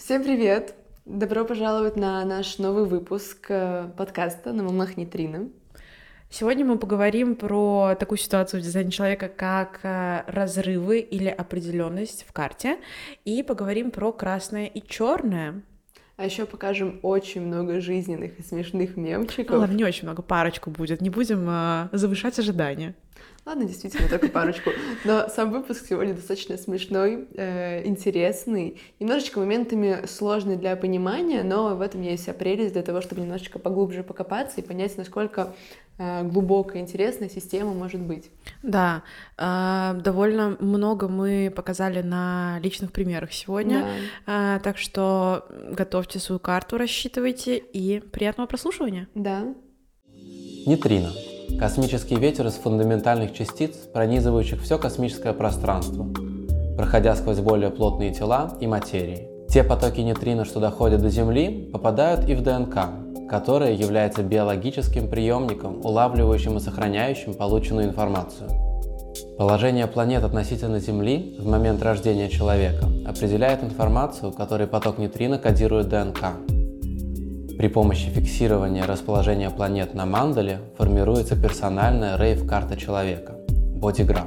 Всем привет! Добро пожаловать на наш новый выпуск подкаста «На волнах нейтрино». Сегодня мы поговорим про такую ситуацию в дизайне человека, как разрывы или определенность в карте, и поговорим про красное и черное. А еще покажем очень много жизненных и смешных мемчиков. Ну ладно, не очень много, парочку будет, не будем завышать ожидания. Ладно, действительно, только парочку. Но сам выпуск сегодня достаточно смешной, интересный, немножечко моментами сложный для понимания, но в этом есть вся прелесть для того, чтобы немножечко поглубже покопаться и понять, насколько глубокая, интересная система может быть. Да, довольно много мы показали на личных примерах сегодня, так что готовьте свою карту, рассчитывайте, и приятного прослушивания. Да. Нейтрино. Космический ветер из фундаментальных частиц, пронизывающих все космическое пространство, проходя сквозь более плотные тела и материи. Те потоки нейтрино, что доходят до Земли, попадают и в ДНК, которая является биологическим приемником, улавливающим и сохраняющим полученную информацию. Положение планет относительно Земли в момент рождения человека определяет информацию, которой поток нейтрино кодирует ДНК. При помощи фиксирования расположения планет на мандале формируется персональная рейв-карта человека – бодиграф.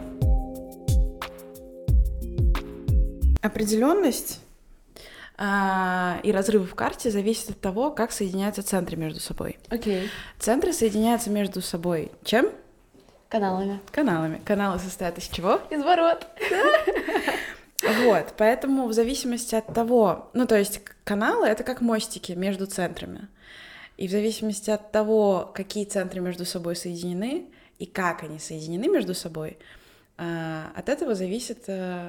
Определенность и разрывы в карте зависят от того, как соединяются центры между собой. Окей. Центры соединяются между собой чем? Каналами. Каналами. Каналы состоят из чего? Из ворот. Вот, поэтому в зависимости от того, то есть каналы — это как мостики между центрами, и в зависимости от того, какие центры между собой соединены и как они соединены между собой, от этого зависит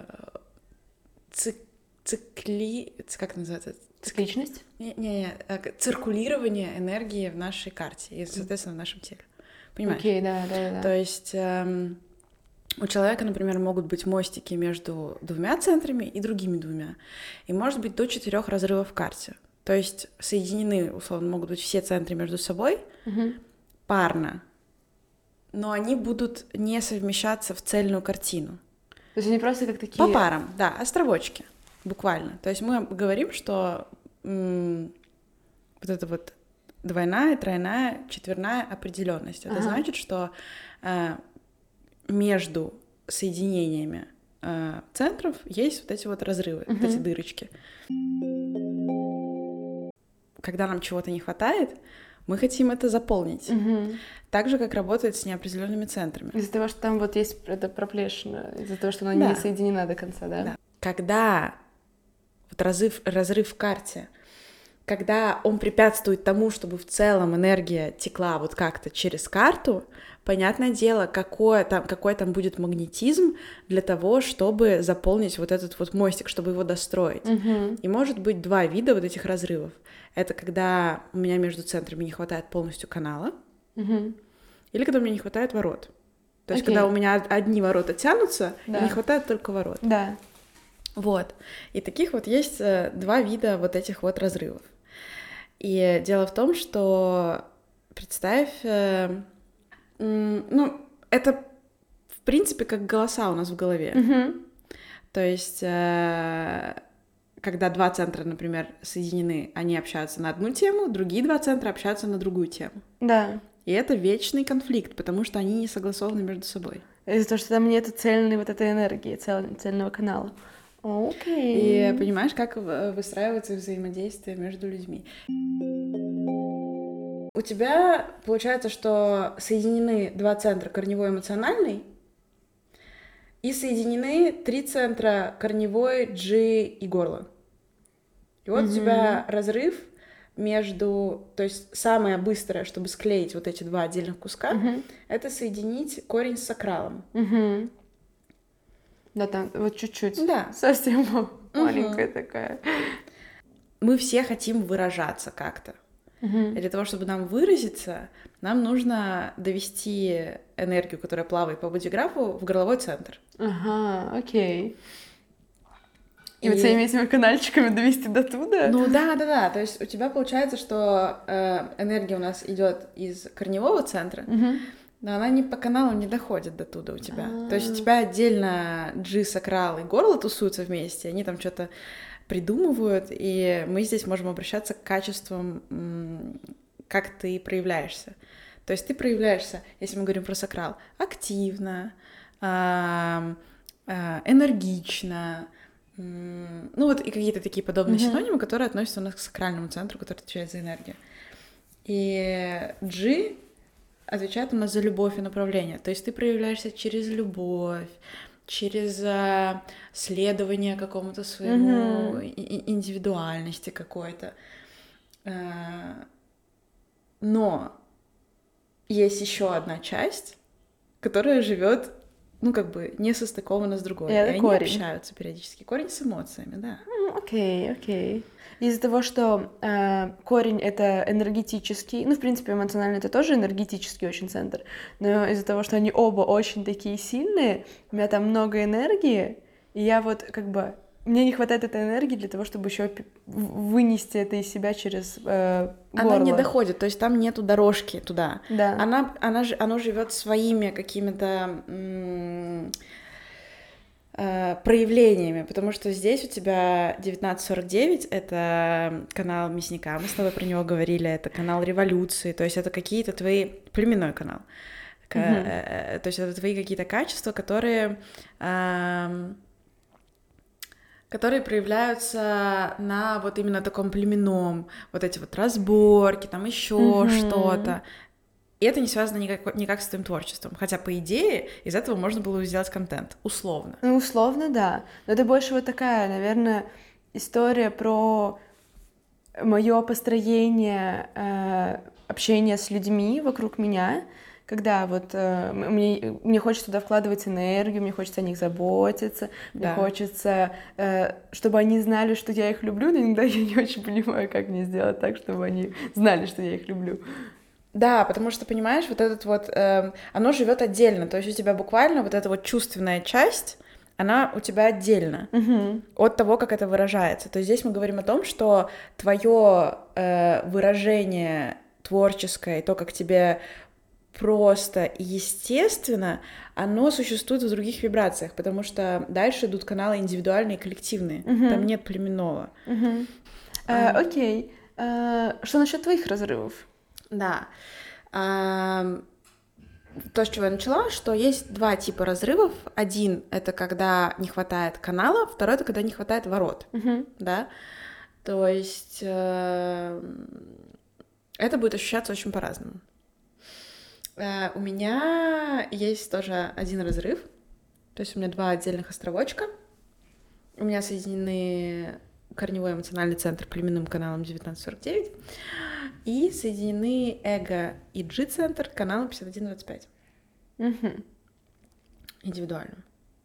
как называется? Цикличность? Циркулирование энергии в нашей карте и, соответственно, в нашем теле. Понимаешь? Окей, да. То есть у человека, например, могут быть мостики между двумя центрами и другими двумя. И может быть до 4 разрывов в карте. То есть соединены, условно, могут быть все центры между собой парно, но они будут не совмещаться в цельную картину. То есть они просто как такие... По парам, да, островочки, буквально. То есть мы говорим, что вот это вот двойная, тройная, четверная определенность. Это значит, что между соединениями центров есть вот эти вот разрывы, вот эти дырочки. Когда нам чего-то не хватает, мы хотим это заполнить. Так же, как работает с неопределенными центрами. Из-за того, что там вот есть эта проплешина, из-за того, что она не соединена до конца, да? Когда вот разрыв в карте, когда он препятствует тому, чтобы в целом энергия текла вот как-то через карту, понятное дело, какой там будет магнетизм для того, чтобы заполнить вот этот вот мостик, чтобы его достроить. И может быть 2 вида вот этих разрывов. Это когда у меня между центрами не хватает полностью канала, или когда у меня не хватает ворот. То есть когда у меня одни ворота тянутся, и не хватает только ворот. Да. Вот. И таких вот есть 2 вида вот этих вот разрывов. И дело в том, что, представь, это, в принципе, как голоса у нас в голове. То есть, когда 2 центра, например, соединены, они общаются на одну тему, другие 2 центра общаются на другую тему. Да. И это вечный конфликт, потому что они не согласованы между собой. Из-за того, что там нет цельной вот этой энергии, цельного канала. Окей. И понимаешь, как выстраивается взаимодействие между людьми. У тебя получается, что соединены 2 центра, корневой и эмоциональный, и соединены 3 центра, корневой, G и горло. И вот у тебя разрыв между... То есть самое быстрое, чтобы склеить вот эти 2 отдельных куска, это соединить корень с сакралом. Да, там вот чуть-чуть. Да. Совсем маленькая такая. Мы все хотим выражаться как-то. И для того, чтобы нам выразиться, нам нужно довести энергию, которая плавает по бодиграфу, в горловой центр. Ага, окей. И вот всеми этими канальчиками довести до туда? Ну да. То есть у тебя получается, что энергия у нас идет из корневого центра, но она не по каналу не доходит до туда у тебя. То есть у тебя отдельно G, сакрал и горло тусуются вместе, они там что-то придумывают, и мы здесь можем обращаться к качествам, как ты проявляешься. То есть ты проявляешься, если мы говорим про сакрал, активно, энергично, ну вот и какие-то такие подобные синонимы, которые относятся у нас к сакральному центру, который отвечает за энергию. И G отвечает у нас за любовь и направление. То есть ты проявляешься через любовь, через следование какому-то своему индивидуальности какой-то. Но есть еще одна часть, которая живет, ну, как бы не состыкована с другой. И они общаются периодически. Корень с эмоциями, да. Окей. Из-за того, что корень — это энергетический, ну, в принципе, эмоционально это тоже энергетический очень центр, но из-за того, что они оба очень такие сильные, у меня там много энергии, и я вот как бы... Мне не хватает этой энергии для того, чтобы еще вынести это из себя через горло. Она не доходит, то есть там нету дорожки туда. Да. Оно живет своими какими-то проявлениями, потому что здесь у тебя 1949, это канал мясника, мы с тобой про него говорили, это канал революции, то есть это какие-то твои... племенной канал. То есть это твои какие-то качества, которые проявляются на вот именно таком племенном, вот эти вот разборки, там еще что-то. И это не связано никак с твоим творчеством. Хотя, по идее, из этого можно было сделать контент, условно. Ну, условно, да. Но это больше вот такая, наверное, история про мое построение общения с людьми вокруг меня, когда вот мне хочется туда вкладывать энергию, мне хочется о них заботиться, мне хочется, чтобы они знали, что я их люблю, но иногда я не очень понимаю, как мне сделать так, чтобы они знали, что я их люблю. Да, потому что, понимаешь, вот этот вот, оно живет отдельно, то есть у тебя буквально вот эта вот чувственная часть, она у тебя отдельно от того, как это выражается. То есть здесь мы говорим о том, что твое выражение творческое, то, как тебе просто и естественно, оно существует в других вибрациях, потому что дальше идут каналы индивидуальные и коллективные, там нет племенного. Окей. Что насчет твоих разрывов? Да. То, с чего я начала, что есть два типа разрывов. Один — это когда не хватает канала, второй — это когда не хватает ворот, да. То есть это будет ощущаться очень по-разному. У меня есть тоже один разрыв, то есть у меня два отдельных островочка. У меня соединены корневой эмоциональный центр племенным каналом 1949 и соединены эго и G-центр каналом 5125. Индивидуальным.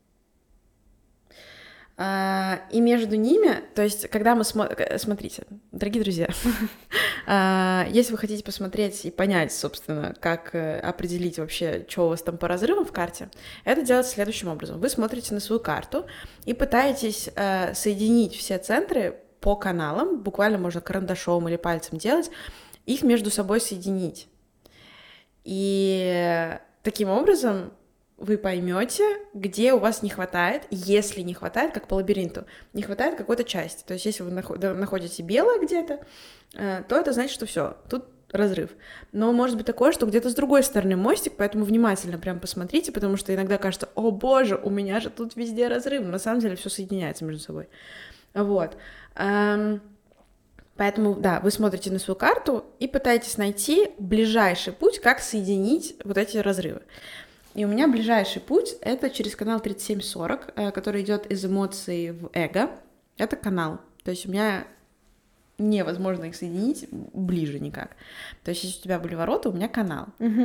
И между ними, то есть, когда мы смотрите, дорогие друзья, если вы хотите посмотреть и понять, собственно, как определить вообще, что у вас там по разрывам в карте, это делается следующим образом. Вы смотрите на свою карту и пытаетесь соединить все центры по каналам, буквально можно карандашом или пальцем делать, их между собой соединить. И таким образом вы поймете, где у вас не хватает, если не хватает, как по лабиринту, не хватает какой-то части. То есть, если вы находите белое где-то, то это значит, что все, тут разрыв. Но может быть такое, что где-то с другой стороны мостик, поэтому внимательно прям посмотрите, потому что иногда кажется: о боже, у меня же тут везде разрыв. Но на самом деле все соединяется между собой. Вот. Поэтому, да, вы смотрите на свою карту и пытаетесь найти ближайший путь, как соединить вот эти разрывы. И у меня ближайший путь — это через канал 3740, который идет из эмоций в эго. Это канал. То есть у меня невозможно их соединить ближе никак. То есть если у тебя были ворота, у меня канал.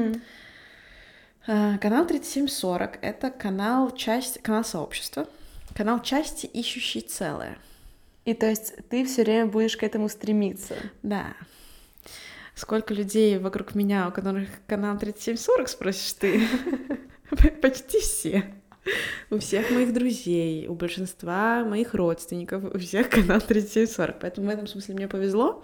Канал 3740 — это канал сообщества, канал части, ищущий целое. И то есть ты все время будешь к этому стремиться. Да. Сколько людей вокруг меня, у которых канал 3740, спросишь ты? Почти все. У всех моих друзей, у большинства моих родственников, у всех канал 3740. Поэтому в этом смысле мне повезло.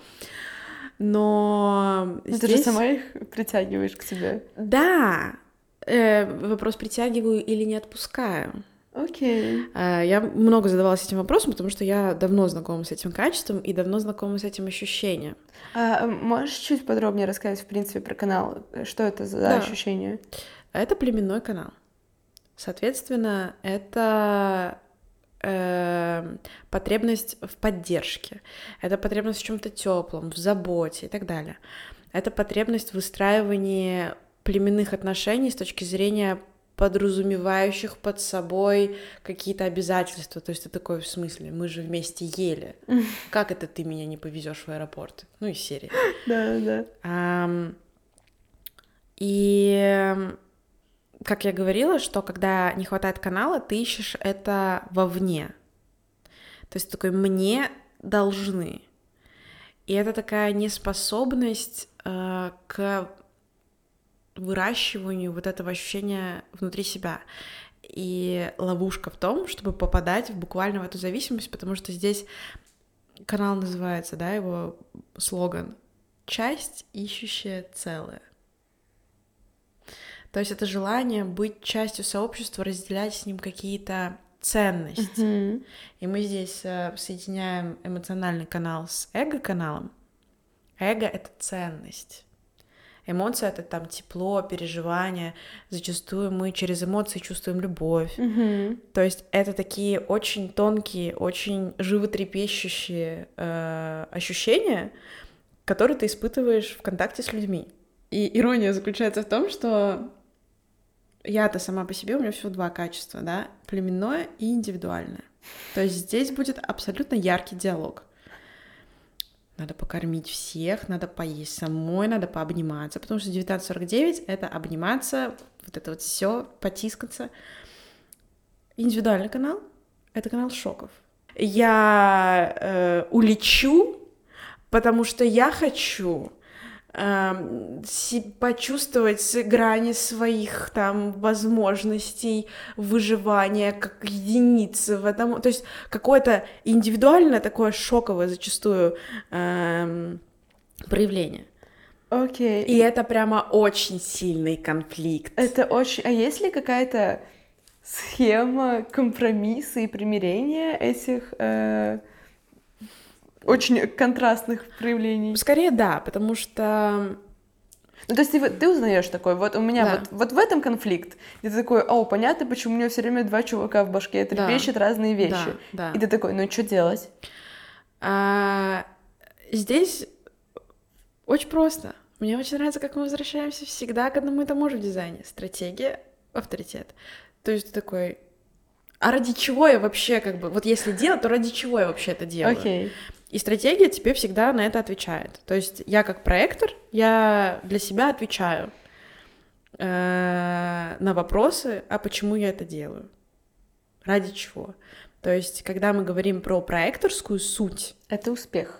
Но здесь... Ты же сама их притягиваешь к себе. Да. Вопрос, притягиваю или не отпускаю. Окей. Я много задавалась этим вопросом, потому что я давно знакома с этим качеством и давно знакома с этим ощущением. Можешь чуть подробнее рассказать, в принципе, про канал? Что это за Да. ощущение? Это племенной канал. Соответственно, это потребность в поддержке, это потребность в чем-то теплом, в заботе и так далее. Это потребность в выстраивании племенных отношений с точки зрения подразумевающих под собой какие-то обязательства. То есть ты такой, в смысле, мы же вместе ели. Как это ты меня не повезешь в аэропорт? Ну, из серии. Да. И как я говорила, что когда не хватает канала, ты ищешь это вовне. То есть такой «мне должны». И это такая неспособность к выращиванию вот этого ощущения внутри себя. И ловушка в том, чтобы попадать буквально в эту зависимость, потому что здесь канал называется, да, его слоган «Часть, ищущая целое». То есть это желание быть частью сообщества, разделять с ним какие-то ценности. И мы здесь соединяем эмоциональный канал с эго-каналом. Эго — это ценность. Эмоция — это там тепло, переживание. Зачастую мы через эмоции чувствуем любовь. То есть это такие очень тонкие, очень животрепещущие ощущения, которые ты испытываешь в контакте с людьми. И ирония заключается в том, что я-то сама по себе, у меня всего 2 качества, да, племенное и индивидуальное. То есть здесь будет абсолютно яркий диалог. Надо покормить всех, надо поесть самой, надо пообниматься, потому что 19:49 — это обниматься, вот это вот все, потискаться. Индивидуальный канал — это канал шоков. Я улечу, потому что я хочу почувствовать грани своих там возможностей выживания как единицы в этом, то есть какое-то индивидуальное такое шоковое зачастую проявление. Окей. И это прямо очень сильный конфликт. Это очень... А есть ли какая-то схема компромисса и примирения этих очень контрастных проявлений? Скорее, да, потому что... Ну, то есть ты узнаешь такой, вот у меня вот в этом конфликт, и ты такой, понятно, почему у меня все время 2 чувака в башке трепещут разные вещи. Да. И ты такой, ну, что делать? Здесь очень просто. Мне очень нравится, как мы возвращаемся всегда к одному и тому же в дизайне. Стратегия, авторитет. То есть ты такой... А ради чего я вообще вот если делать, то ради чего я вообще это делаю? Окей. И стратегия тебе всегда на это отвечает. То есть я как проектор, я для себя отвечаю на вопросы, а почему я это делаю? Ради чего? То есть когда мы говорим про проекторскую суть... Это успех.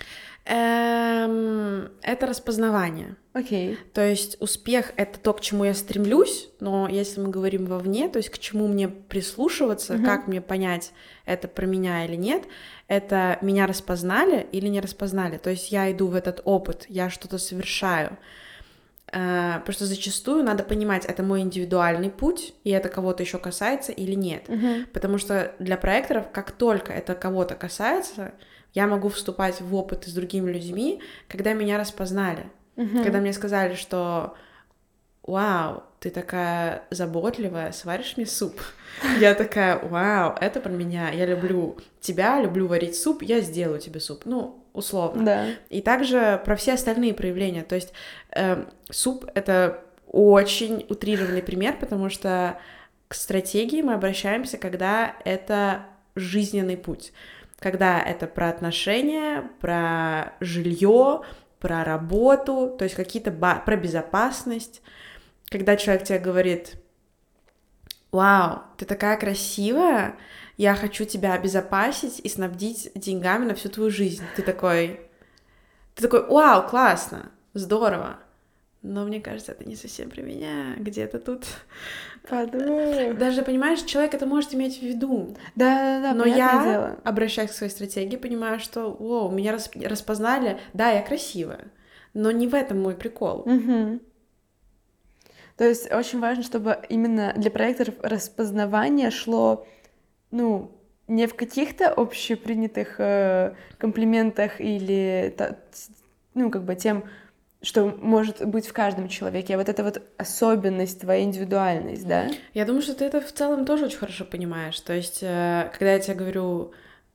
Это распознавание. Окей. То есть успех — это то, к чему я стремлюсь, но если мы говорим вовне, то есть к чему мне прислушиваться, как мне понять, это про меня или нет, это меня распознали или не распознали. То есть я иду в этот опыт, я что-то совершаю. Потому что зачастую надо понимать, это мой индивидуальный путь, и это кого-то еще касается или нет. Потому что для проекторов, как только это кого-то касается, я могу вступать в опыт с другими людьми, когда меня распознали. Когда мне сказали, что «Вау, ты такая заботливая, сваришь мне суп?» Я такая «Вау, это про меня, я люблю тебя, люблю варить суп, я сделаю тебе суп». Ну, условно. Да. И также про все остальные проявления. То есть суп — это очень утрированный пример, потому что к стратегии мы обращаемся, когда это жизненный путь. Когда это про отношения, про жилье, про работу, то есть какие-то про безопасность. Когда человек тебе говорит: «Вау, ты такая красивая, я хочу тебя обезопасить и снабдить деньгами на всю твою жизнь». Ты такой «Вау, классно, здорово». Но мне кажется, это не совсем про меня, где-то тут. Подумай. Даже, понимаешь, человек это может иметь в виду. Да, но я, обращаясь к своей стратегии, понимаю, что меня распознали, да, я красивая, но не в этом мой прикол. То есть очень важно, чтобы именно для проекторов распознавание шло, ну, не в каких-то общепринятых комплиментах или, ну, как бы тем, что может быть в каждом человеке, а вот эта вот особенность, твоя индивидуальность, да? Я думаю, что ты это в целом тоже очень хорошо понимаешь. То есть, когда я тебе говорю,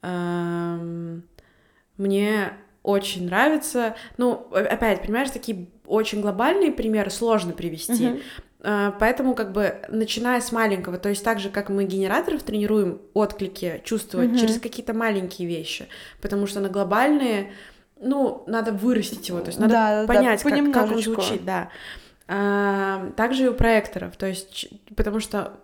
мне очень нравится, ну, опять, понимаешь, такие очень глобальные примеры сложно привести. Поэтому, как бы, начиная с маленького, то есть так же, как мы генераторов тренируем отклики чувствовать через какие-то маленькие вещи, потому что на глобальные, ну, надо вырастить его, то есть надо понять, как он звучит, да. Также и у проекторов, то есть, потому что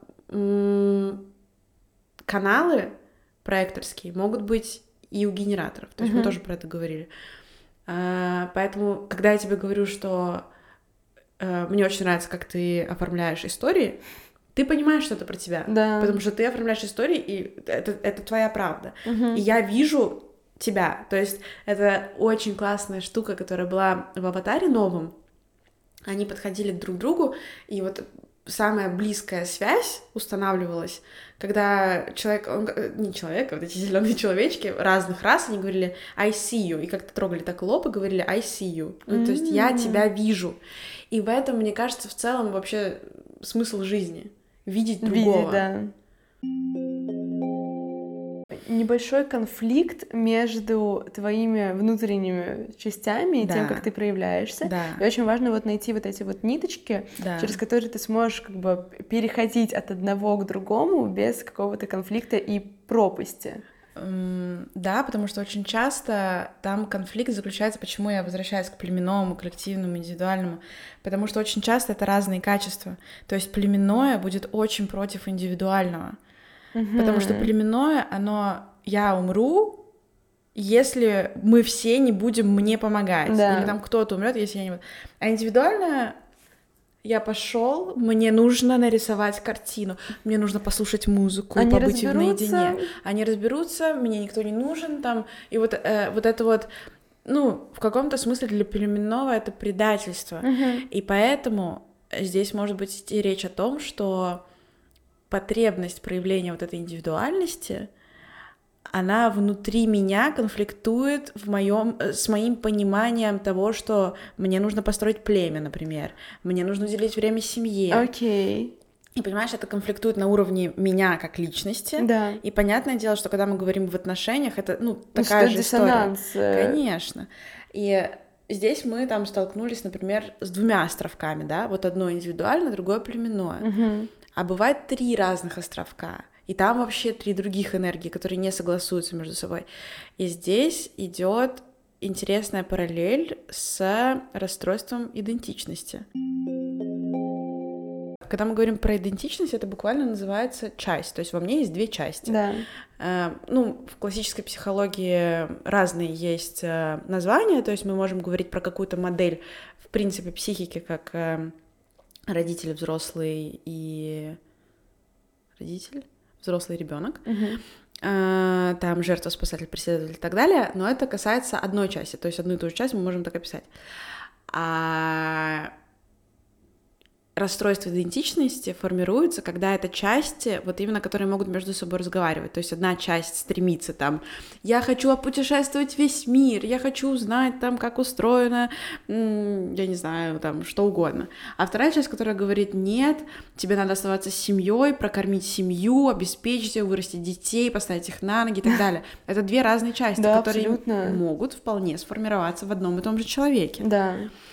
каналы проекторские могут быть и у генераторов, то есть мы тоже про это говорили. Поэтому, когда я тебе говорю, что мне очень нравится, как ты оформляешь истории, ты понимаешь, что это про тебя. Да. Потому что ты оформляешь истории, и это твоя правда. И я вижу тебя. То есть это очень классная штука, которая была в «Аватаре» новом. Они подходили друг к другу, и вот самая близкая связь устанавливалась, когда человек, не человек, а вот эти зеленые человечки разных рас, они говорили «I see you», и как-то трогали так лоб и говорили «I see you». Ну, то есть «я тебя вижу». И в этом, мне кажется, в целом вообще смысл жизни — видеть другого. Да. Небольшой конфликт между твоими внутренними частями и тем, как ты проявляешься. Да. И очень важно вот найти вот эти вот ниточки, через которые ты сможешь как бы переходить от одного к другому без какого-то конфликта и пропасти. Да, потому что очень часто там конфликт заключается, почему я возвращаюсь к племенному, коллективному, индивидуальному, потому что очень часто это разные качества. То есть племенное будет очень против индивидуального, потому что племенное, оно «я умру», если мы все не будем мне помогать, или там кто-то умрет, если я не буду. А индивидуальное «я пошел, мне нужно нарисовать картину, мне нужно послушать музыку, они побыть наедине». Они разберутся, мне никто не нужен, там, и вот это вот, ну, в каком-то смысле для племенного это предательство. И поэтому здесь может быть идти речь о том, что потребность проявления вот этой индивидуальности, она внутри меня конфликтует с моим пониманием того, что мне нужно построить племя, например, мне нужно уделить время семье. Окей. И понимаешь, это конфликтует на уровне меня как личности. Да. И понятное дело, что когда мы говорим в отношениях, это, ну, такая же диссонанс. История. Конечно. И здесь мы там столкнулись, например, с двумя островками, да, вот одно индивидуальное, другое племенное. А бывает 3 разных островка, и там вообще 3 других энергии, которые не согласуются между собой. И здесь идет интересная параллель с расстройством идентичности. Когда мы говорим про идентичность, это буквально называется часть, то есть во мне есть 2 части. Да. Ну, в классической психологии разные есть названия, то есть мы можем говорить про какую-то модель, в принципе, психики, как родитель, взрослый и родитель, взрослый ребенок, там жертва, спасатель, преследователь и так далее, но это касается одной части, то есть одну и ту же часть мы можем так описать. А расстройство идентичности формируется, когда это части, вот именно которые могут между собой разговаривать. То есть одна часть стремится там, я хочу опутешествовать весь мир, я хочу узнать там, как устроено, я не знаю, там, что угодно. А вторая часть, которая говорит, нет, тебе надо оставаться с семьей, прокормить семью, обеспечить ее, вырастить детей, поставить их на ноги и так далее. Это 2 разные части, которые могут вполне сформироваться в одном и том же человеке. Да.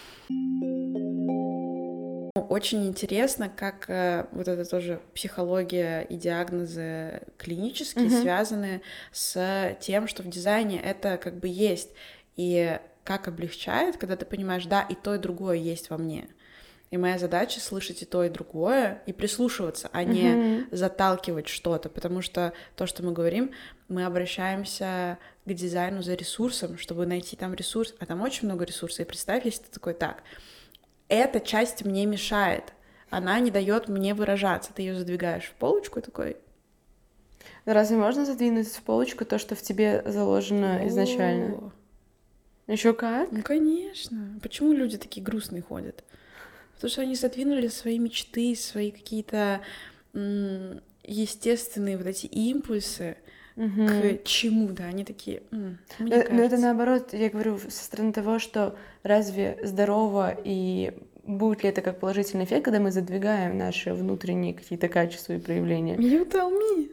Очень интересно, как вот это тоже психология и диагнозы клинические связаны с тем, что в дизайне это как бы есть, и как облегчает, когда ты понимаешь, да, и то, и другое есть во мне. И моя задача слышать и то, и другое, и прислушиваться, а не заталкивать что-то, потому что то, что мы говорим, мы обращаемся к дизайну за ресурсом, чтобы найти там ресурс, а там очень много ресурсов, и представь, если ты такой, так, эта часть мне мешает, она не дает мне выражаться. Ты ее задвигаешь в полочку и такой. Но разве можно задвинуть в полочку то, что в тебе заложено изначально? Еще как? Ну, конечно. Почему люди такие грустные ходят? Потому что они задвинули свои мечты, свои какие-то естественные вот эти импульсы к чему, да, они такие, мне Но это кажется. наоборот, я говорю, со стороны того, что разве здорово и будет ли это как положительный эффект, когда мы задвигаем наши внутренние какие-то качества и проявления? You tell me.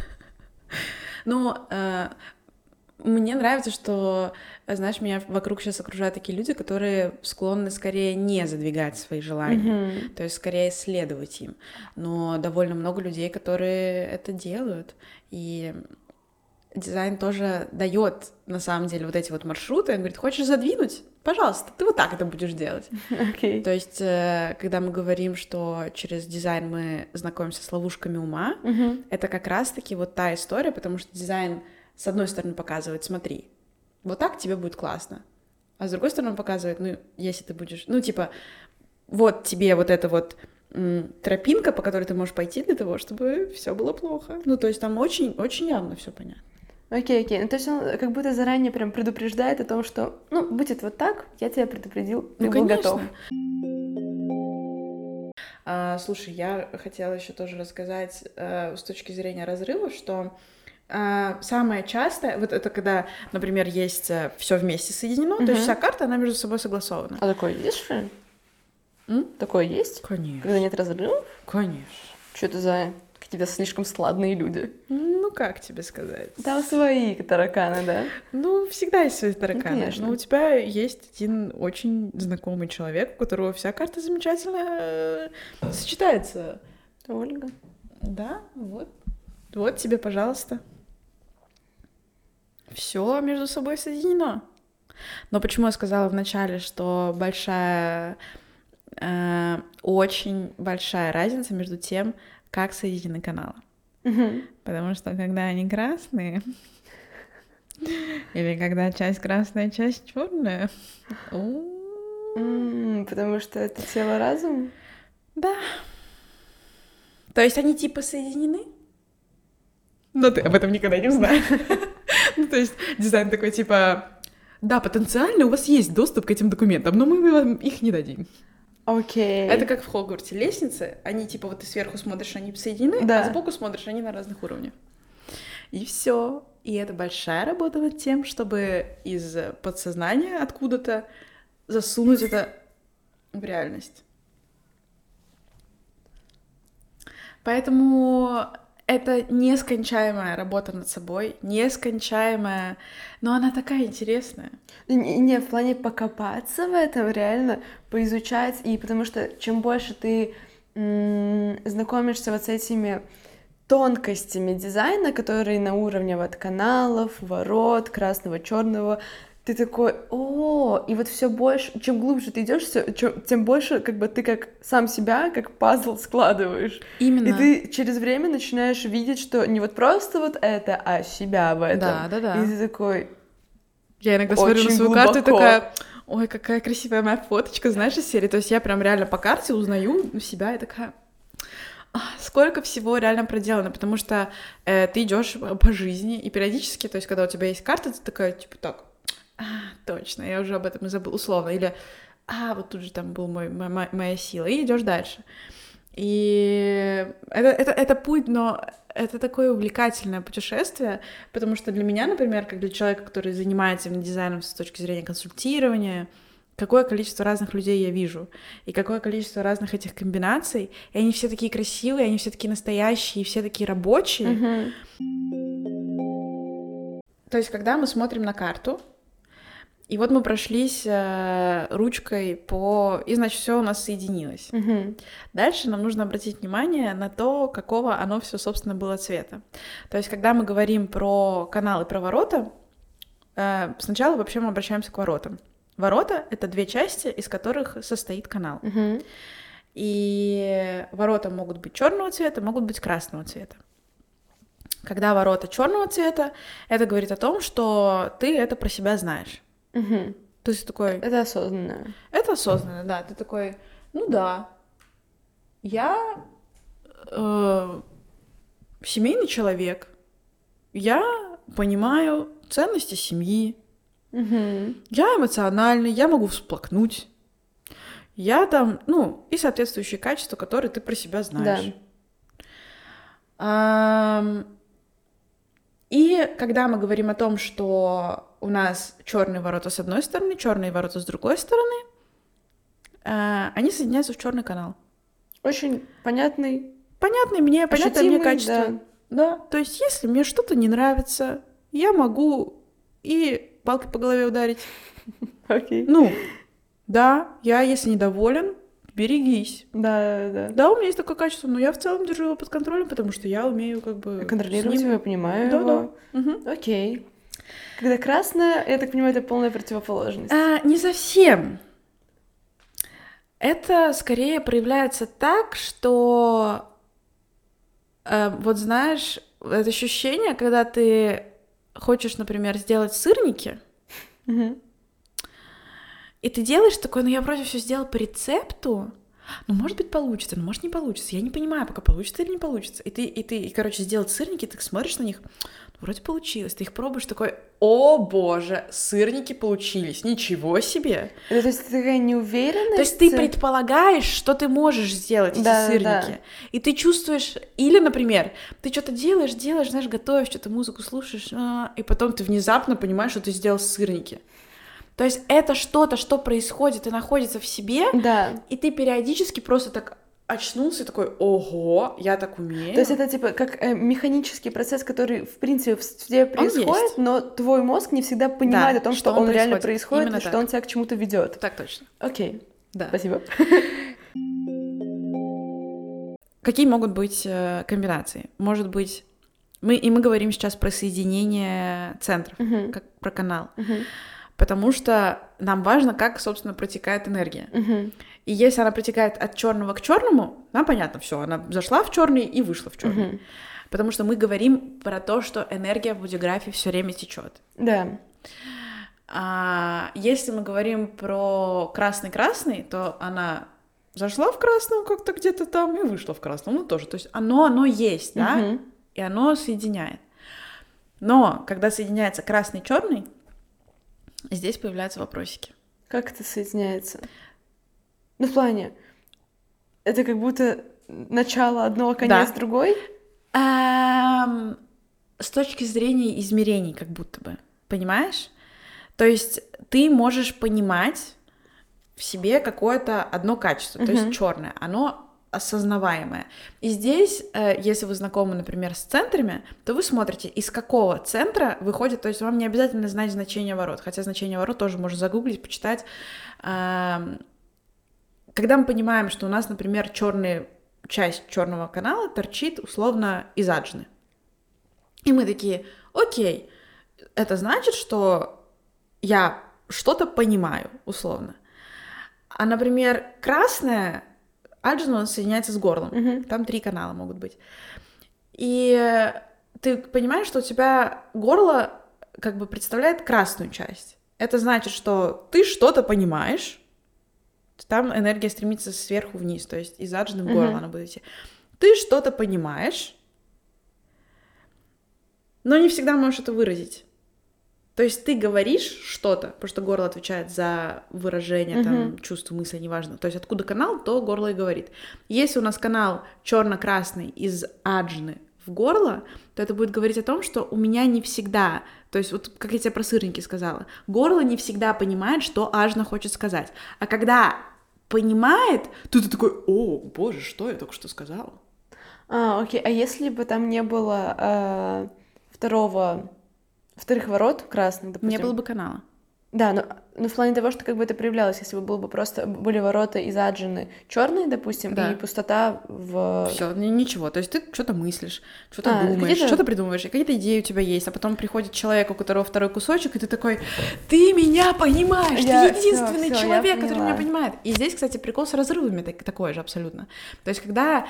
Но мне нравится, что, знаешь, меня вокруг сейчас окружают такие люди, которые склонны скорее не задвигать свои желания, то есть скорее следовать им. Но довольно много людей, которые это делают. И дизайн тоже дает, на самом деле, вот эти вот маршруты. Он говорит, хочешь задвинуть? Пожалуйста, ты вот так это будешь делать. Окей. То есть, когда мы говорим, что через дизайн мы знакомимся с ловушками ума, это как раз-таки вот та история, потому что дизайн, с одной стороны, показывает, смотри, вот так тебе будет классно, а с другой стороны, он показывает, ну, если ты будешь, ну, типа, вот тебе вот эта вот тропинка, по которой ты можешь пойти для того, чтобы все было плохо. Ну, то есть там очень явно все понятно. Окей. Ну, то есть он как будто заранее прям предупреждает о том, что, ну, будет вот так, я тебя предупредил, ты был готов. Слушай, я хотела еще тоже рассказать с точки зрения разрывов, что самое частое, вот это когда, например, есть все вместе соединено, то есть вся карта, она между собой согласована. А такое есть, что ли? Такое есть? Конечно. Когда нет разрывов? Конечно. Что это за какие-то слишком складные люди? Ну, как тебе сказать? Там свои тараканы, да? Ну, всегда есть свои тараканы. конечно. Но у тебя есть один очень знакомый человек, у которого вся карта замечательно сочетается. Ольга. Да, вот. Вот тебе, пожалуйста. Все между собой соединено. Но почему я сказала вначале, что очень большая разница между тем, как соединены каналы. Потому что когда они красные, или когда часть красная, часть черная. Потому что это тело-разум? Да. То есть они типа соединены, но ты об этом никогда не узнаешь. Ну, то есть дизайн такой типа, да, потенциально у вас есть доступ к этим документам, но мы вам их не дадим. Окей. Это как в Хогвартсе лестницы, они типа вот ты сверху смотришь, они соединены, Да. а сбоку смотришь, они на разных уровнях. И все. И это большая работа над тем, чтобы из подсознания откуда-то засунуть это в реальность. Поэтому это нескончаемая работа над собой, нескончаемая, но она такая интересная. Не, в плане покопаться в этом, реально поизучать, и потому что чем больше ты знакомишься вот с этими тонкостями дизайна, которые на уровне вот каналов, ворот, красного, черного, ты такой, и вот все больше, чем глубже ты идешь, тем больше как бы ты как сам себя, как пазл складываешь. Именно. И ты через время начинаешь видеть, что не вот просто вот это, а себя в этом. Да. И ты такой... Я иногда смотрю на свою глубоко. карту и такая, ой, какая красивая моя фоточка, знаешь, из серии. То есть я прям реально по карте узнаю себя и такая... Сколько всего реально проделано, потому что ты идешь по жизни, и периодически, то есть когда у тебя есть карта, ты такая, типа, так, точно, я уже об этом и забыла, условно, или, вот тут же там был моя сила, и идешь дальше. И это путь, но это такое увлекательное путешествие, потому что для меня, например, как для человека, который занимается дизайном с точки зрения консультирования, какое количество разных людей я вижу, и какое количество разных этих комбинаций, и они все такие красивые, они все такие настоящие, и все такие рабочие. То есть, когда мы смотрим на карту, и вот мы прошлись ручкой и, значит, все у нас соединилось. Дальше нам нужно обратить внимание на то, какого оно все, собственно, было цвета. То есть, когда мы говорим про каналы, про ворота, сначала вообще мы обращаемся к воротам. Ворота — это две части, из которых состоит канал. И ворота могут быть черного цвета, могут быть красного цвета. Когда ворота черного цвета, это говорит о том, что ты это про себя знаешь. То есть такой... Это осознанно. Это осознанно, да. Ты такой, ну да, я семейный человек, я понимаю ценности семьи, я эмоциональный, я могу всплакнуть, я там, ну, и соответствующие качества, которые ты про себя знаешь. Да. И когда мы говорим о том, что у нас черные ворота с одной стороны, черные ворота с другой стороны, они соединяются в черный канал. Очень понятный Понятное мне качество. Да. То есть, если мне что-то не нравится, я могу и палкой по голове ударить. Окей. Ну, да, я, если недоволен, берегись. Да. Да, у меня есть такое качество, но я в целом держу его под контролем, потому что я умею как бы... Контролировать его, я понимаю его. Угу. Окей. Когда красное, я так понимаю, это полная противоположность. Не совсем. Это скорее проявляется так, что вот знаешь, это ощущение, когда ты хочешь, например, сделать сырники, и ты делаешь такое, ну я вроде все сделал по рецепту, ну может быть получится, ну может не получится, я не понимаю, пока получится или не получится. И ты, короче, сделать сырники, ты смотришь на них, ну, вроде получилось, ты их пробуешь, такой, о боже, сырники получились, ничего себе. То есть ты такая неуверенность? То есть ты предполагаешь, что ты можешь сделать эти сырники, и ты чувствуешь, или, например, ты что-то делаешь, знаешь, готовишь, что-то музыку слушаешь, и потом ты внезапно понимаешь, что ты сделал сырники. То есть это что-то, что происходит и находится в себе, и ты периодически просто так очнулся и такой, ого, я так умею. То есть это типа как механический процесс, который в принципе в тебе происходит, но твой мозг не всегда понимает о том, что он реально происходит, и что он тебя к чему-то ведет. Так точно. Окей. Да. Спасибо. Какие могут быть комбинации? Может быть, мы говорим сейчас про соединение центров, как про канал. Потому что нам важно, как, собственно, протекает энергия. И если она протекает от черного к черному, нам понятно, все, она зашла в черный и вышла в черный. Потому что мы говорим про то, что энергия в будиграфии все время течет. Да. Если мы говорим про красный-красный, то она зашла в красном как-то где-то там и вышла в красном. Ну, тоже. То есть оно есть, да? И оно соединяет. Но когда соединяется красный и черный, здесь появляются вопросики. Как это соединяется? Ну, в плане, это как будто начало одного, конец другой? С точки зрения измерений, как будто бы. Понимаешь? То есть ты можешь понимать в себе какое-то одно качество, то есть черное, оно осознаваемое. И здесь, если вы знакомы, например, с центрами, то вы смотрите, из какого центра выходит, то есть вам не обязательно знать значение ворот, хотя значение ворот тоже можно загуглить, почитать. Когда мы понимаем, что у нас, например, часть черного канала торчит условно из аджны, и мы такие, окей, это значит, что я что-то понимаю, условно. А, например, красное аджна соединяется с горлом. Там 3 канала могут быть. И ты понимаешь, что у тебя горло как бы представляет красную часть. Это значит, что ты что-то понимаешь. Там энергия стремится сверху вниз, то есть из аджны в горло она будет идти. Ты что-то понимаешь, но не всегда можешь это выразить. То есть ты говоришь что-то, потому что горло отвечает за выражение, там, чувств, мыслей, неважно. То есть откуда канал, то горло и говорит. Если у нас канал черно-красный из аджны в горло, то это будет говорить о том, что у меня не всегда, то есть вот как я тебе про сырники сказала, горло не всегда понимает, что аджна хочет сказать. А когда понимает, то ты такой, о, боже, что я только что сказала? Окей, а если бы там не было вторых ворот красных, допустим. Не было бы канала. Да, но в плане того, что как бы это проявлялось, если бы было бы просто были ворота из аджины черные, допустим, и пустота в... Все, ничего. То есть ты что-то мыслишь, что-то думаешь, что-то придумываешь, и какие-то идеи у тебя есть, а потом приходит человек, у которого второй кусочек, и ты такой, ты меня понимаешь, ты единственный человек, который меня понимает. И здесь, кстати, прикол с разрывами такой же абсолютно. То есть когда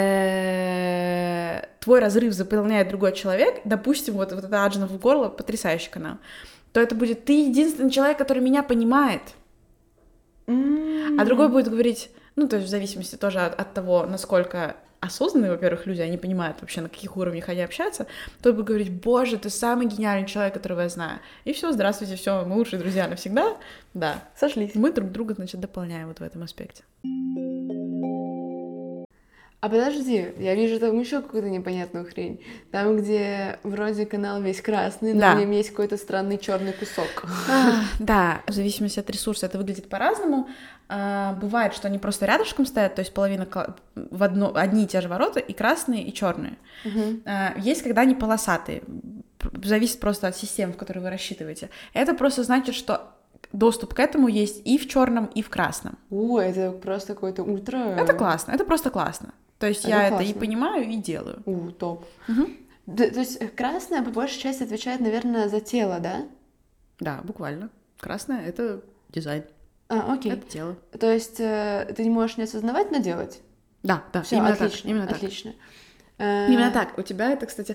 твой разрыв заполняет другой человек, допустим, вот эта аджина в горло, потрясающий канал, то это будет ты единственный человек, который меня понимает. А другой будет говорить, ну, то есть в зависимости тоже от того, насколько осознанные, во-первых, люди, они понимают вообще, на каких уровнях они общаются, то бы говорить: боже, ты самый гениальный человек, которого я знаю. И все, здравствуйте, все, мы лучшие друзья навсегда. Да. Сошлись. Мы друг друга, значит, дополняем вот в этом аспекте. А подожди, я вижу там еще какую-то непонятную хрень. Там, где вроде канал весь красный, но Да. в нем есть какой-то странный черный кусок. Да, в зависимости от ресурса это выглядит по-разному. Бывает, что они просто рядышком стоят, то есть половина одни и те же ворота, и красные, и черные. Есть, когда они полосатые. Зависит просто от системы, в которой вы рассчитываете. Это просто значит, что доступ к этому есть и в черном, и в красном. Это просто какой-то ультра... Это классно, это просто классно. То есть Это я это классно. и понимаю, и делаю. Топ. То есть красная по большей части отвечает, наверное, за тело, да? Да, буквально. Красное — это дизайн, Окей. это тело. То есть ты не можешь не осознавать, но делать? Да, Всё, именно отлично, так. Именно так. отлично. Именно так. У тебя это, кстати,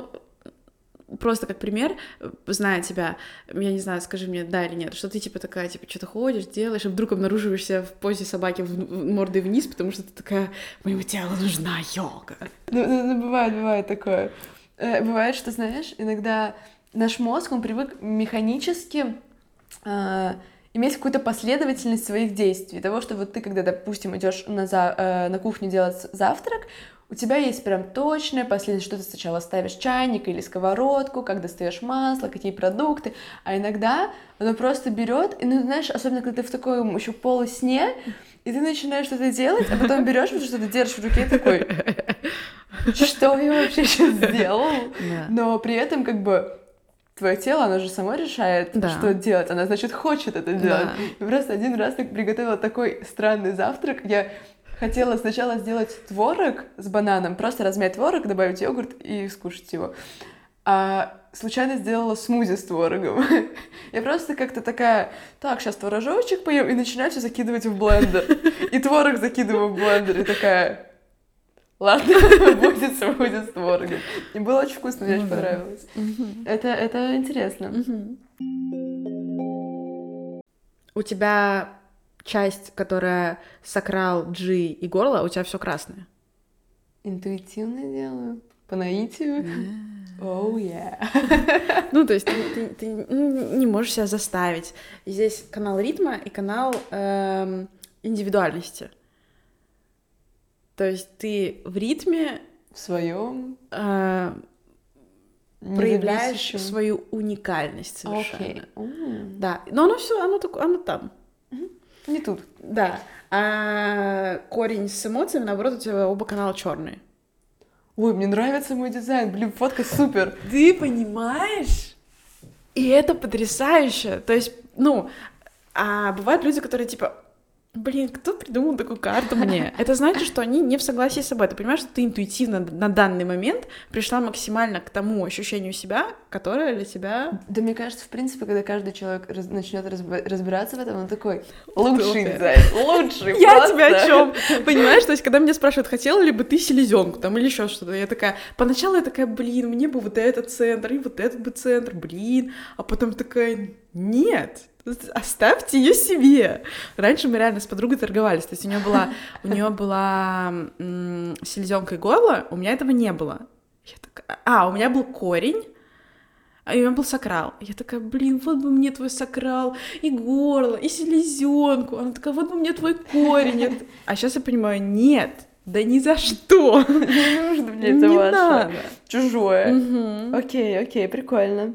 просто как пример, зная тебя, я не знаю, скажи мне, да или нет, что ты типа такая, типа, что-то ходишь, делаешь, и вдруг обнаруживаешься в позе собаки мордой вниз, потому что ты такая: моему телу нужна йога. Ну, бывает такое. Бывает, что, знаешь, иногда наш мозг, он привык механически иметь какую-то последовательность своих действий. Того, что вот ты, когда, допустим, идешь на кухню делать завтрак, у тебя есть прям точная последовательность, что ты сначала ставишь чайник или сковородку, как достаешь масло, какие продукты, а иногда оно просто берет, и, знаешь, особенно, когда ты в таком еще полусне, и ты начинаешь что-то делать, а потом берешь вот что-то держишь в руке и такой: что я вообще сейчас сделал? Но при этом как бы твое тело, оно же само решает, что делать, она, значит, хочет это делать. Я просто один раз приготовила такой странный завтрак, я хотела сначала сделать творог с бананом, просто размять творог, добавить йогурт и скушать его. А случайно сделала смузи с творогом. Я просто как-то такая: так, сейчас творожочек поем, и начинаю все закидывать в блендер. И творог закидываю в блендер, и такая: ладно, будет с творогом. И было очень вкусно, мне очень понравилось. Это интересно. У тебя часть, которая сакрал, джи и горло, у тебя все красное. Интуитивно делаю, по наитию. Oh, yeah. Ну, то есть ты не можешь себя заставить. И здесь канал ритма и канал индивидуальности. То есть ты в ритме В своем проявляешь свою уникальность совершенно. Окей. Да, но оно все, оно там. Не тут. Да. А корень с эмоциями, наоборот, у тебя оба канала черные. Ой, мне нравится мой дизайн, блин, фотка супер. Ты понимаешь? И это потрясающе. То есть, а бывают люди, которые типа: блин, кто придумал такую карту мне? Это значит, что они не в согласии с собой. Ты понимаешь, что ты интуитивно на данный момент пришла максимально к тому ощущению себя, которое для тебя... Да, мне кажется, в принципе, когда каждый человек начнет разбираться в этом, он такой: лучший дизайн, лучший. Я тебя о чем? Понимаешь, то есть, когда меня спрашивают: хотела ли бы ты селезенку там или еще что-то, я такая, поначалу я такая: блин, мне бы вот этот центр и вот этот бы центр, блин, а потом такая: нет, оставьте ее себе. Раньше мы реально с подругой торговались, то есть у нее была селезенка и горло, у меня этого не было. Я такая: у меня был корень, а у меня был сакрал. Я такая: блин, вот бы мне твой сакрал, и горло, и селезенку. Она такая: вот бы мне твой корень. А сейчас я понимаю: нет, да ни за что. Не нужно мне это Не ваше. надо. Чужое. Окей, прикольно.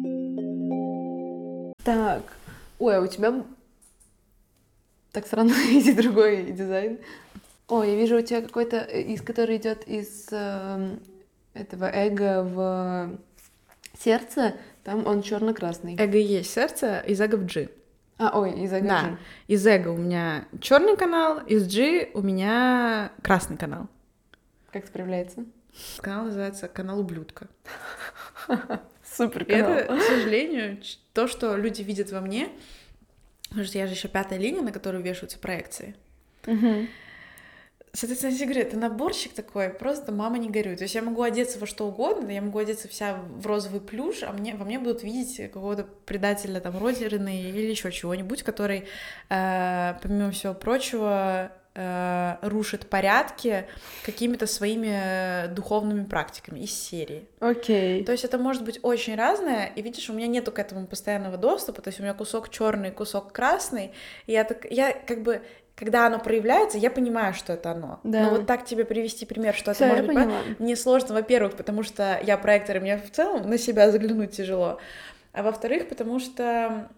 Так, ой, а у тебя так странно есть другой дизайн. Ой, я вижу у тебя какой-то, который идет из этого эго в сердце, там он черно-красный. Эго и есть сердце, из эго в G. Из эго. Да, из эго у меня черный канал, из G у меня красный канал. Как это проявляется? Канал называется канал ублюдка. Супер И канал. это, к сожалению, то, что люди видят во мне, потому что я же еще 5-я линия, на которую вешаются проекции. Соответственно, я говорю, это наборчик такой, просто мама не горюй. То есть я могу одеться во что угодно, я могу одеться вся в розовый плюш, а во мне будут видеть какого-то предателя, там, родины или еще чего-нибудь, который, помимо всего прочего, рушит порядки какими-то своими духовными практиками из серии. Окей. То есть это может быть очень разное, и видишь, у меня нету к этому постоянного доступа, то есть у меня кусок черный, кусок красный, и я как бы, когда оно проявляется, я понимаю, что это оно. Да. Но вот так тебе привести пример, что Всё, это я может быть, поняла. мне сложно, во-первых, потому что я проектор, и мне в целом на себя заглянуть тяжело, а во-вторых, потому что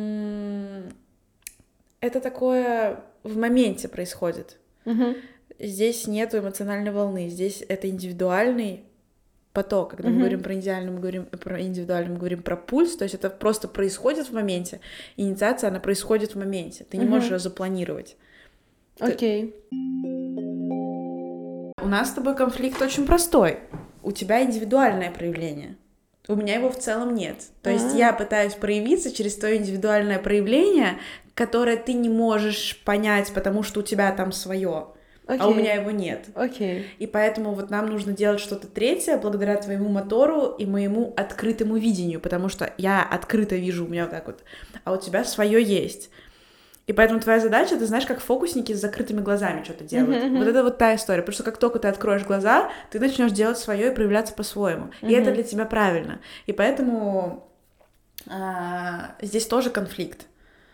это такое в моменте происходит. Угу. Здесь нету эмоциональной волны, здесь это индивидуальный поток. Когда мы говорим про индивидуальный, мы говорим про пульс, то есть это просто происходит в моменте. Инициация, она происходит в моменте. Ты не можешь ее запланировать. Окей. У нас с тобой конфликт очень простой. У тебя индивидуальное проявление. У меня его в целом нет. То есть я пытаюсь проявиться через твое индивидуальное проявление, которое ты не можешь понять, потому что у тебя там свое, а у меня его нет. Окей. И поэтому вот нам нужно делать что-то третье благодаря твоему мотору и моему открытому видению, потому что я открыто вижу, у меня вот так вот, а у тебя свое есть. И поэтому твоя задача, ты знаешь, как фокусники с закрытыми глазами что-то делают. Вот это вот та история. Потому что как только ты откроешь глаза, ты начнешь делать свое и проявляться по-своему. И это для тебя правильно. И поэтому здесь тоже конфликт.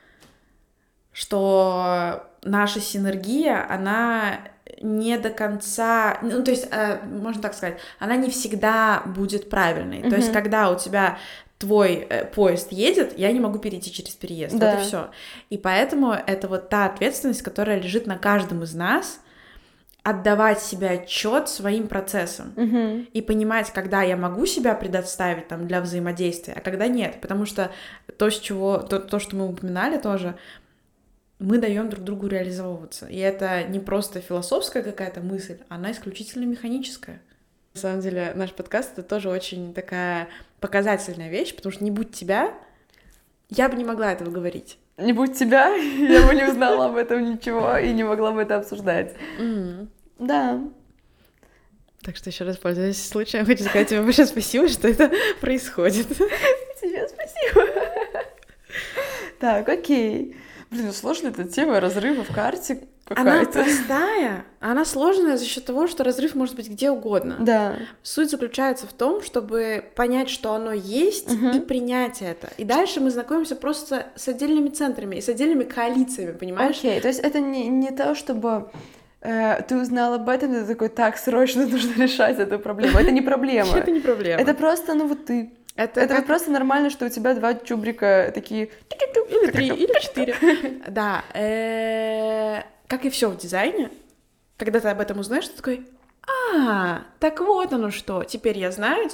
Что наша синергия, она не до конца... Ну, то есть, можно так сказать, она не всегда будет правильной. То есть, когда у тебя твой поезд едет, я не могу перейти через переезд. Да. Вот и все. И поэтому это вот та ответственность, которая лежит на каждом из нас, отдавать себе отчет своим процессам и понимать, когда я могу себя предоставить там, для взаимодействия, а когда нет. Потому что то, что мы упоминали тоже, мы даем друг другу реализовываться. И это не просто философская какая-то мысль, она исключительно механическая. На самом деле, наш подкаст — это тоже очень такая показательная вещь, потому что не будь тебя, я бы не могла этого говорить. Не будь тебя, я бы не узнала об этом ничего и не могла бы это обсуждать. Да. Так что еще раз, пользуясь случаем, хочу сказать тебе большое спасибо, что это происходит. Тебе спасибо. Так, окей. Блин, сложная эта тема разрыва в карте какая-то. Она простая, она сложная за счет того, что разрыв может быть где угодно. Да. Суть заключается в том, чтобы понять, что оно есть, и принять это. И дальше мы знакомимся просто с отдельными центрами и с отдельными коалициями, понимаешь? Окей, то есть это не то, чтобы ты узнал об этом, и ты такой, так, срочно нужно решать эту проблему. Это не проблема. Это не проблема. Это просто, ну вот ты. Это вот просто нормально, что у тебя два чубрика такие... Или 3, или 4. Да. Как и все в дизайне, когда ты об этом узнаешь, ты такой... так вот оно что. Теперь я знаю,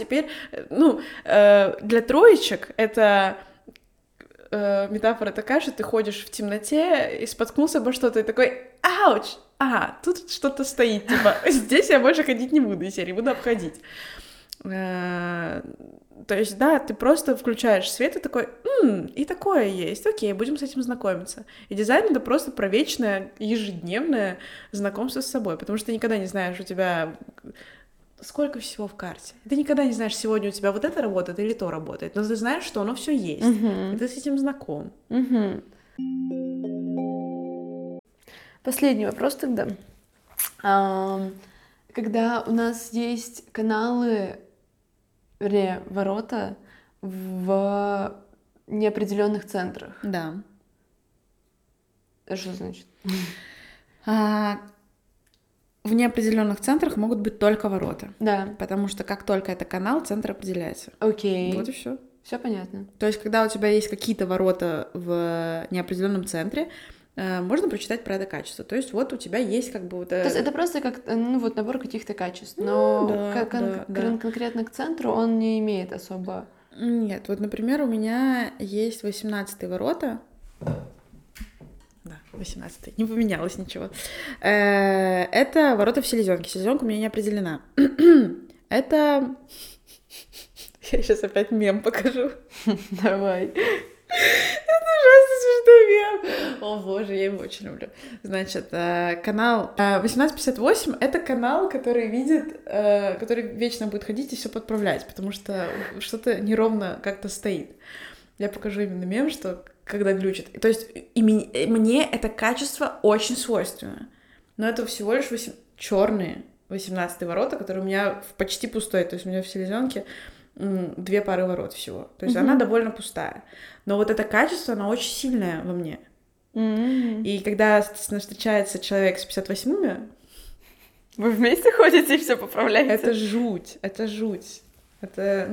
для троечек это метафора такая, что ты ходишь в темноте и споткнулся обо что-то, и такой, ауч, тут что-то стоит, типа, здесь я больше ходить не буду, из серии буду обходить. То есть, да, ты просто включаешь свет и такой, и такое есть, окей, будем с этим знакомиться. И дизайн — это просто про вечное, ежедневное знакомство с собой, потому что ты никогда не знаешь, у тебя сколько всего в карте. Ты никогда не знаешь, сегодня у тебя вот это работает или то работает, но ты знаешь, что оно все есть, и ты с этим знаком. Последний вопрос тогда. Когда у нас есть каналы, вернее, ворота в неопределенных центрах. Да. Что значит? В неопределенных центрах могут быть только ворота. Да. Потому что как только это канал, центр определяется. Окей. Вот и все. Все понятно. То есть, когда у тебя есть какие-то ворота в неопределенном центре, можно прочитать про это качество. То есть, вот у тебя есть как бы вот... То есть это просто как, набор каких-то качеств, но конкретно к центру он не имеет особо... Нет, вот, например, у меня есть 18-й ворота. Да, 18-й. Не поменялось ничего. Это ворота в селезенке. Селезенка у меня не определена. Это... Я сейчас опять мем покажу. Давай. Это ужасно смешной мем. О боже, я его очень люблю. Значит, канал 1858 — это канал, который видит, который вечно будет ходить и все подправлять, потому что что-то неровно как-то стоит. Я покажу именно мем, что когда глючит. То есть и мне это качество очень свойственно. но это всего лишь черные 18 ворота, которые у меня почти пустой, то есть у меня в селезенке 2 пары ворот всего, то есть она довольно пустая, но вот это качество, оно очень сильное во мне. И когда встречается человек с 58-ми, вы вместе ходите и все поправляете? это жуть, это,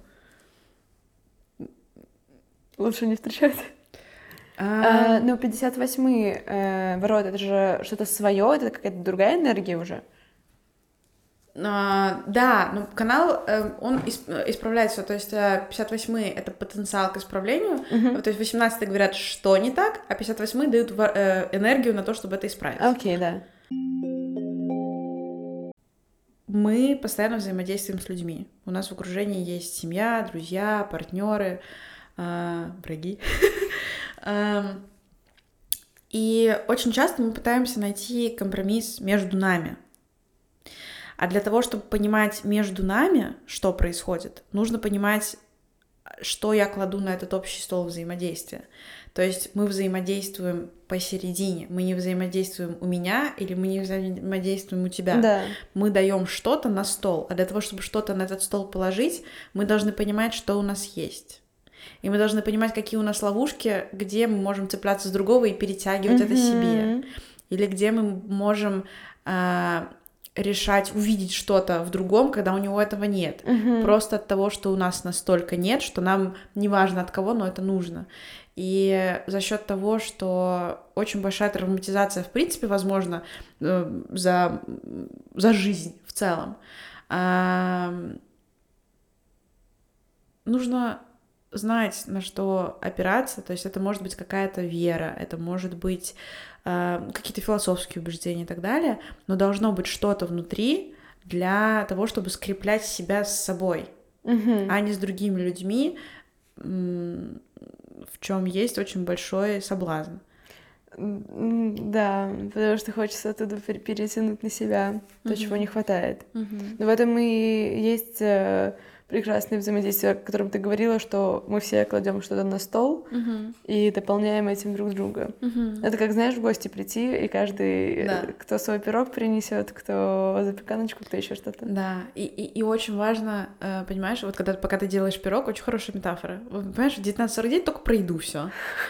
Лучше не встречать. Но 58-й ворот, это же что-то свое, это какая-то другая энергия уже. Да, но канал, он исправляется, то есть 58-й — это потенциал к исправлению, то есть 18-й говорят, что не так, а 58-й дают энергию на то, чтобы это исправить. Окей, да. Мы постоянно взаимодействуем с людьми. У нас в окружении есть семья, друзья, партнеры, враги. И очень часто мы пытаемся найти компромисс между нами. А для того, чтобы понимать между нами, что происходит, нужно понимать, что я кладу на этот общий стол взаимодействия. То есть мы взаимодействуем посередине, мы не взаимодействуем у меня или мы не взаимодействуем у тебя. Да. Мы даем что-то на стол, а для того, чтобы что-то на этот стол положить, мы должны понимать, что у нас есть. И мы должны понимать, какие у нас ловушки, где мы можем цепляться с другого и перетягивать это себе. Или где мы можем решать, увидеть что-то в другом, когда у него этого нет. Просто от того, что у нас настолько нет, что нам не важно от кого, но это нужно. И за счет того, что очень большая травматизация, в принципе, возможно, за жизнь в целом, нужно знать, на что опираться. То есть это может быть какая-то вера, это может быть какие-то философские убеждения и так далее, но должно быть что-то внутри для того, чтобы скреплять себя с собой, а не с другими людьми, в чем есть очень большой соблазн. Да, потому что хочется оттуда перетянуть на себя то, чего не хватает. Но в этом и есть прекрасное взаимодействие, о котором ты говорила, что мы все кладем что-то на стол и дополняем этим друг друга. Это как, знаешь, в гости прийти, и каждый, кто свой пирог принесет, кто запеканочку, кто еще что-то. Да, и очень важно, понимаешь, вот пока ты делаешь пирог, очень хорошая метафора. Понимаешь, в 19:49 только про еду все.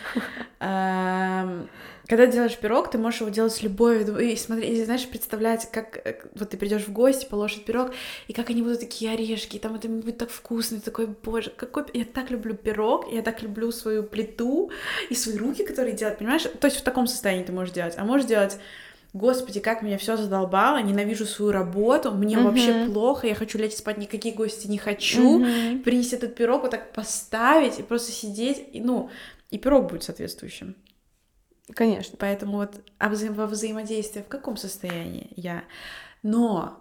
Когда делаешь пирог, ты можешь его делать с любовью и смотреть, и, знаешь, представлять, как вот ты придешь в гости, положишь пирог, и как они будут такие орешки, и там это будет так вкусно, и такой, боже, какой... Я так люблю пирог, я так люблю свою плиту и свои руки, которые делают, понимаешь? То есть в таком состоянии ты можешь делать. А можешь делать: Господи, как меня все задолбало, ненавижу свою работу, мне вообще плохо, я хочу лечь спать, никакие гости не хочу, принести этот пирог, вот так поставить и просто сидеть, и пирог будет соответствующим. Конечно. Поэтому вот во взаимодействии в каком состоянии я? Но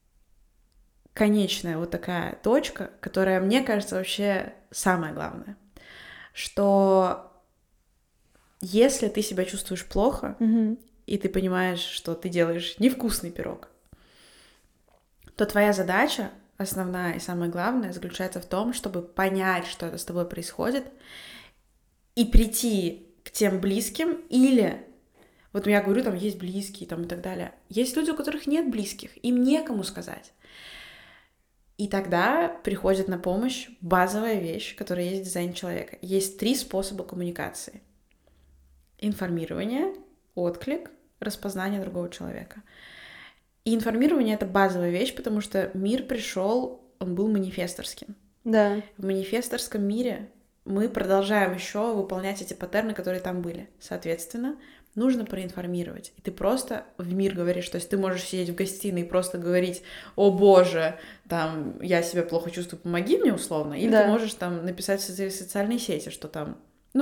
конечная вот такая точка, которая, мне кажется, вообще самое главное, что если ты себя чувствуешь плохо, и ты понимаешь, что ты делаешь невкусный пирог, то твоя задача основная и самое главное заключается в том, чтобы понять, что это с тобой происходит, и прийти к тем близким, или, вот я говорю, там есть близкие, там и так далее. Есть люди, у которых нет близких, им некому сказать. И тогда приходит на помощь базовая вещь, которая есть в дизайне человека. Есть 3 способа коммуникации. Информирование, отклик, распознание другого человека. И информирование — это базовая вещь, потому что мир пришел, он был манифесторским. Да. В манифесторском мире мы продолжаем еще выполнять эти паттерны, которые там были. Соответственно, нужно проинформировать. И ты просто в мир говоришь. То есть ты можешь сидеть в гостиной и просто говорить: «О боже, там, я себя плохо чувствую, помоги мне», условно. Или ты можешь там написать в социальные сети, что там...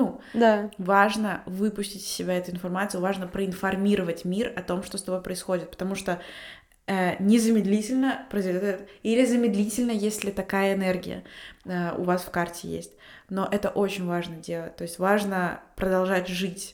важно выпустить из себя эту информацию, важно проинформировать мир о том, что с тобой происходит. Потому что незамедлительно произойдет это. Или замедлительно, если такая энергия у вас в карте есть. Но это очень важно делать. То есть важно продолжать жить.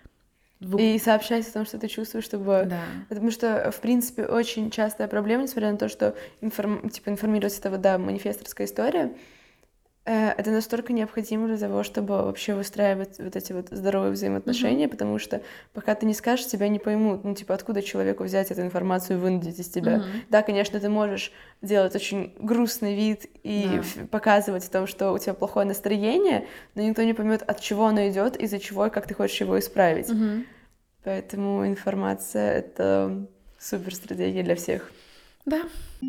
И сообщать о том, что ты чувствуешь, чтобы... Да. Потому что, в принципе, очень частая проблема, несмотря на то, что информировать — это, манифесторская история, Это настолько необходимо для того, чтобы вообще выстраивать вот эти вот здоровые взаимоотношения, потому что пока ты не скажешь, тебя не поймут. Ну, типа, откуда человеку взять эту информацию и вынудить из тебя? Да, конечно, ты можешь делать очень грустный вид и показывать в том, что у тебя плохое настроение, но никто не поймет, от чего оно идет, из-за чего и как ты хочешь его исправить. Поэтому информация — это супер стратегия для всех. Да.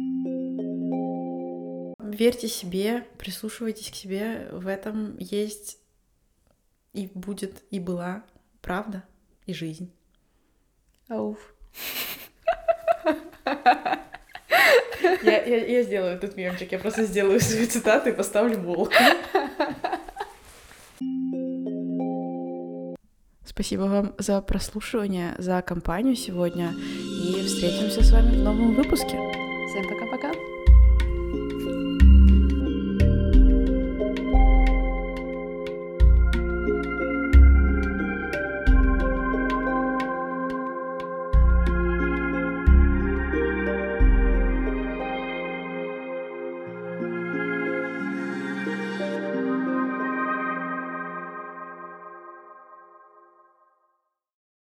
Верьте себе, прислушивайтесь к себе. В этом есть и будет, и была правда, и жизнь. Ауф. Я сделаю этот мемчик. Я просто сделаю свои цитаты и поставлю волк. Спасибо вам за прослушивание, за компанию сегодня. И встретимся с вами в новом выпуске. Всем пока-пока.